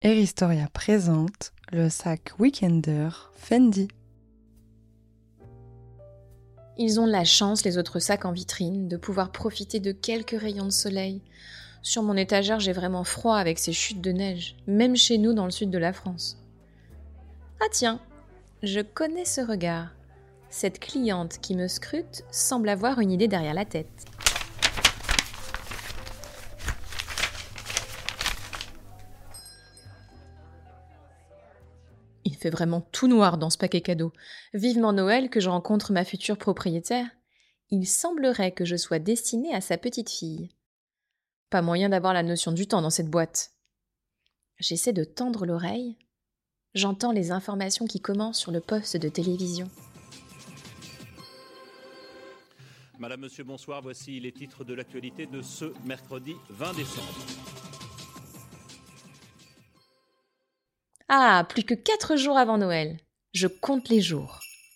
Eristoria présente le sac Weekender Fendi. Ils ont de la chance, les autres sacs en vitrine, de pouvoir profiter de quelques rayons de soleil. Sur mon étagère, j'ai vraiment froid avec ces chutes de neige, même chez nous dans le sud de la France. Ah tiens, je connais ce regard. Cette cliente qui me scrute semble avoir une idée derrière la tête. Il fait vraiment tout noir dans ce paquet cadeau. Vivement Noël que je rencontre ma future propriétaire. Il semblerait que je sois destinée à sa petite fille. Pas moyen d'avoir la notion du temps dans cette boîte. J'essaie de tendre l'oreille. J'entends les informations qui commencent sur le poste de télévision. Madame, Monsieur, bonsoir. Voici les titres de l'actualité de ce mercredi 20 décembre. Ah, plus que 4 jours avant Noël. Je compte les jours.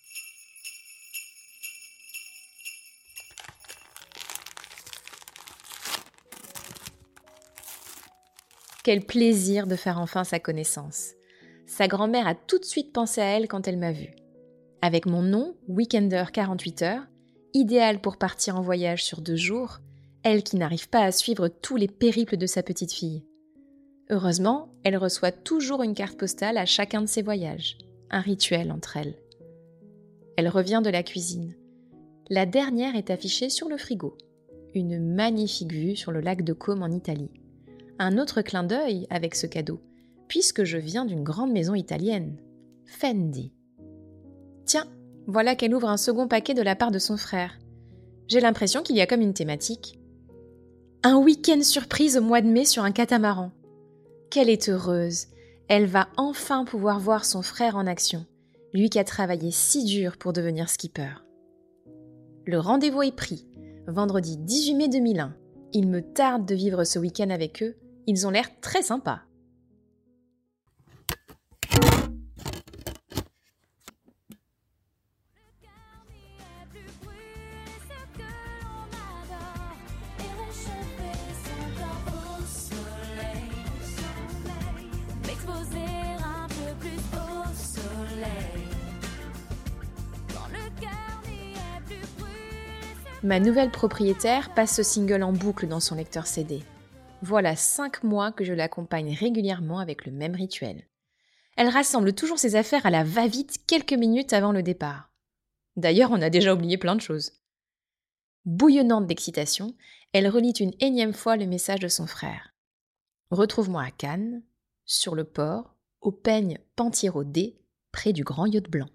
Quel plaisir de faire enfin sa connaissance. Sa grand-mère a tout de suite pensé à elle quand elle m'a vue. Avec mon nom, Weekender 48 heures, idéal pour partir en voyage sur 2 jours, elle qui n'arrive pas à suivre tous les périples de sa petite fille. Heureusement, elle reçoit toujours une carte postale à chacun de ses voyages. Un rituel entre elles. Elle revient de la cuisine. La dernière est affichée sur le frigo. Une magnifique vue sur le lac de Côme en Italie. Un autre clin d'œil avec ce cadeau, puisque je viens d'une grande maison italienne. Fendi. Tiens, voilà qu'elle ouvre un second paquet de la part de son frère. J'ai l'impression qu'il y a comme une thématique. Un week-end surprise au mois de mai sur un catamaran. Qu'elle est heureuse. Elle va enfin pouvoir voir son frère en action, lui qui a travaillé si dur pour devenir skipper. Le rendez-vous est pris, vendredi 18 mai 2001. Il me tarde de vivre ce week-end avec eux, ils ont l'air très sympas. Ma nouvelle propriétaire passe ce single en boucle dans son lecteur CD. Voilà 5 mois que je l'accompagne régulièrement avec le même rituel. Elle rassemble toujours ses affaires à la va-vite quelques minutes avant le départ. D'ailleurs, on a déjà oublié plein de choses. Bouillonnante d'excitation, elle relit une énième fois le message de son frère. Retrouve-moi à Cannes, sur le port, au peigne Pentiro D, près du grand yacht blanc.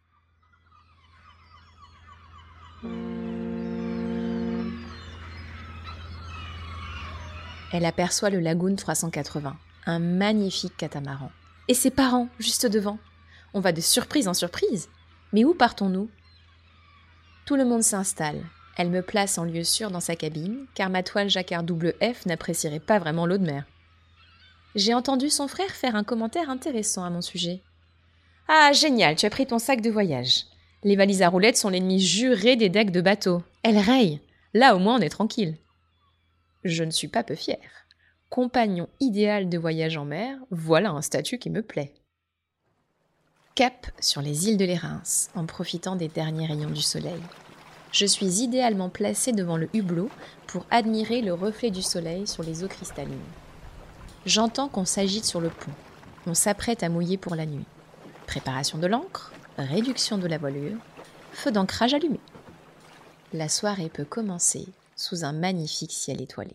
Elle aperçoit le Lagoon 380, un magnifique catamaran. Et ses parents, juste devant. On va de surprise en surprise. Mais où partons-nous ? Tout le monde s'installe. Elle me place en lieu sûr dans sa cabine, car ma toile jacquard double F n'apprécierait pas vraiment l'eau de mer. J'ai entendu son frère faire un commentaire intéressant à mon sujet. « Ah, génial, tu as pris ton sac de voyage. Les valises à roulettes sont l'ennemi juré des decks de bateau. Elles rayent. Là, au moins, on est tranquille. » Je ne suis pas peu fière. Compagnon idéal de voyage en mer, voilà un statut qui me plaît. Cap sur les îles de l'Érins, en profitant des derniers rayons du soleil. Je suis idéalement placée devant le hublot pour admirer le reflet du soleil sur les eaux cristallines. J'entends qu'on s'agite sur le pont. On s'apprête à mouiller pour la nuit. Préparation de l'ancre, réduction de la voilure, feu d'ancrage allumé. La soirée peut commencer sous un magnifique ciel étoilé.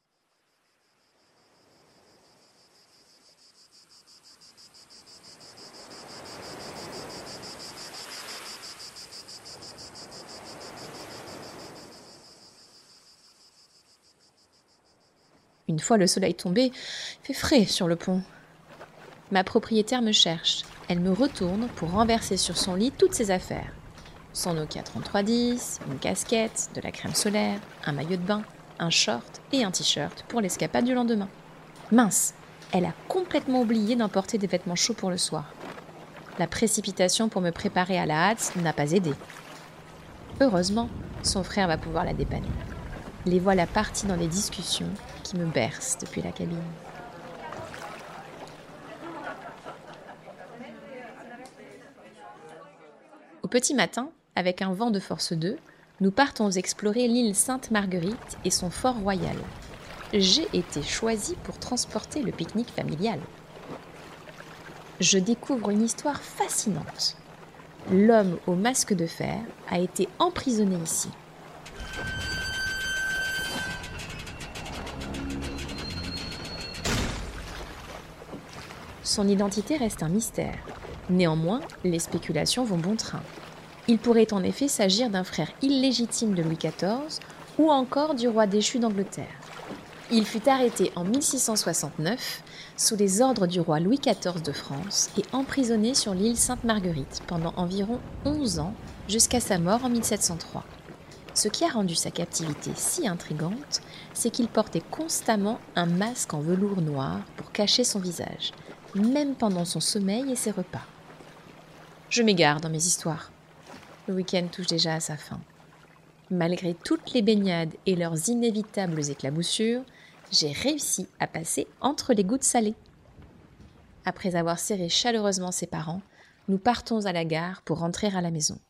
Une fois le soleil tombé, il fait frais sur le pont. Ma propriétaire me cherche. Elle me retourne pour renverser sur son lit toutes ses affaires. Son Nokia 3310, une casquette, de la crème solaire, un maillot de bain, un short et un t-shirt pour l'escapade du lendemain. Mince, elle a complètement oublié d'emporter des vêtements chauds pour le soir. La précipitation pour me préparer à la hâte n'a pas aidé. Heureusement, son frère va pouvoir la dépanner. Les voilà partis dans des discussions qui me bercent depuis la cabine. Au petit matin, avec un vent de force 2, nous partons explorer l'île Sainte-Marguerite et son fort royal. J'ai été choisie pour transporter le pique-nique familial. Je découvre une histoire fascinante. L'homme au masque de fer a été emprisonné ici. Son identité reste un mystère. Néanmoins, les spéculations vont bon train. Il pourrait en effet s'agir d'un frère illégitime de Louis XIV ou encore du roi déchu d'Angleterre. Il fut arrêté en 1669 sous les ordres du roi Louis XIV de France et emprisonné sur l'île Sainte-Marguerite pendant environ 11 ans jusqu'à sa mort en 1703. Ce qui a rendu sa captivité si intrigante, c'est qu'il portait constamment un masque en velours noir pour cacher son visage, même pendant son sommeil et ses repas. Je m'égare dans mes histoires. Le week-end touche déjà à sa fin. Malgré toutes les baignades et leurs inévitables éclaboussures, j'ai réussi à passer entre les gouttes salées. Après avoir serré chaleureusement ses parents, nous partons à la gare pour rentrer à la maison.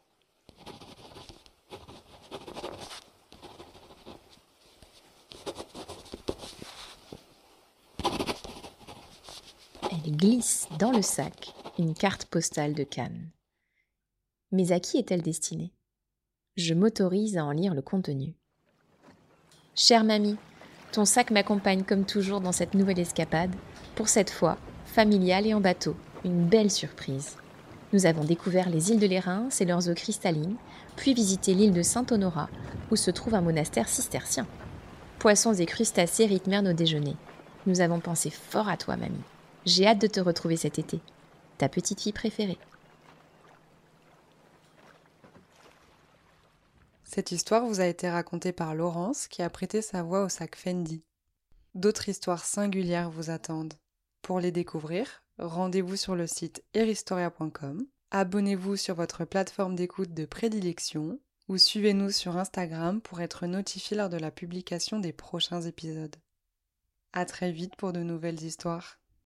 Elle glisse dans le sac une carte postale de Cannes. Mais à qui est-elle destinée ? Je m'autorise à en lire le contenu. Chère mamie, ton sac m'accompagne comme toujours dans cette nouvelle escapade, pour cette fois, familiale et en bateau, une belle surprise. Nous avons découvert les îles de Lérins et leurs eaux cristallines, puis visité l'île de Saint-Honorat, où se trouve un monastère cistercien. Poissons et crustacés rythmèrent nos déjeuners. Nous avons pensé fort à toi, mamie. J'ai hâte de te retrouver cet été. Ta petite fille préférée. Cette histoire vous a été racontée par Laurence qui a prêté sa voix au sac Fendi. D'autres histoires singulières vous attendent. Pour les découvrir, rendez-vous sur le site eristoria.com, abonnez-vous sur votre plateforme d'écoute de prédilection ou suivez-nous sur Instagram pour être notifié lors de la publication des prochains épisodes. À très vite pour de nouvelles histoires.